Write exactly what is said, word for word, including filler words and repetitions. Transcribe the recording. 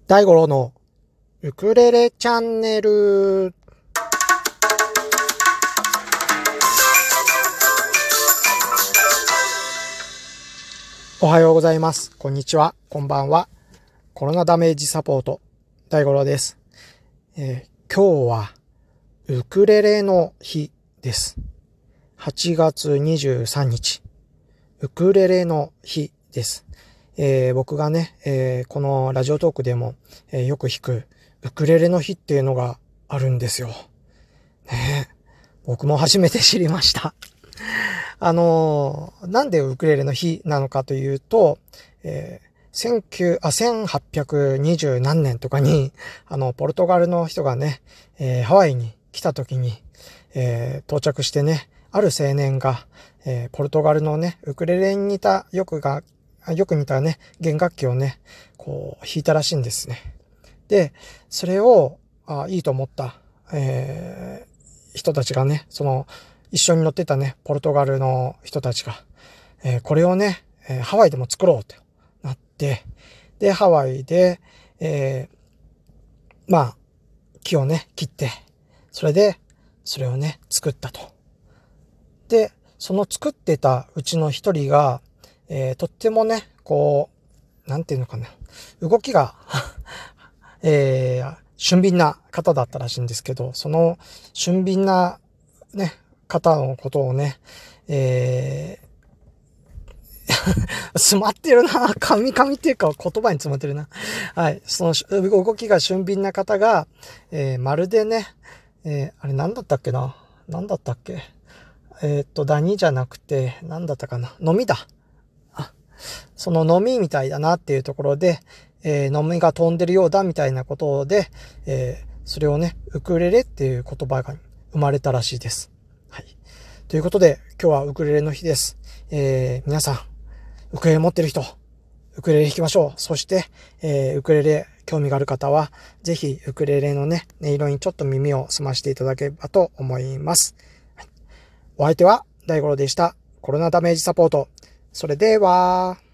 大五郎のウクレレチャンネル。おはようございます。こんにちは。こんばんは。コロナダメージサポート大五郎です。えー、今日はウクレレの日です。はちがつにじゅうさんにち、ウクレレの日です。えー、僕がね、えー、このラジオトークでも、えー、よく弾くウクレレの日っていうのがあるんですよ。ね、僕も初めて知りました。あのー、なんでウクレレの日なのかというと、えー、せんはっぴゃくにじゅう何年とかに、あの、ポルトガルの人がね、えー、ハワイに来た時に、えー、到着してね、ある青年が、えー、ポルトガルのね、ウクレレに似たよくが、よく似たね、弦楽器をね、こう、弾いたらしいんですね。で、それを、あいいと思った、えー、人たちがね、その、一緒に乗ってたね、ポルトガルの人たちが、えー、これをね、えー、ハワイでも作ろうとなって、で、ハワイで、えー、まあ、木をね、切って、それで、それをね、作ったと。で、その作ってたうちの一人が、えー、とってもね、こう、なんていうのかな、動きが、えー、俊敏な方だったらしいんですけど、その俊敏なね、方のことをね、えー、詰まってるな、噛み噛みっていうか言葉に詰まってるな。はい、その動きが俊敏な方が、えー、まるでね、えー、あれなんだったっけな、なんだったっけ、えー、っと、ダニじゃなくて、なんだったかな、飲みだ。その飲みみたいだなっていうところで、えー、飲みが飛んでるようだみたいなことで、えー、それをね、ウクレレっていう言葉が生まれたらしいです。はい。ということで、今日はウクレレの日です。えー、皆さん、ウクレレ持ってる人、ウクレレ弾きましょう。そして、えー、ウクレレ興味がある方は、ぜひウクレレのね、音色にちょっと耳を澄ましていただければと思います。はい、お相手は大五郎でした。コロナダメージサポート。それでは。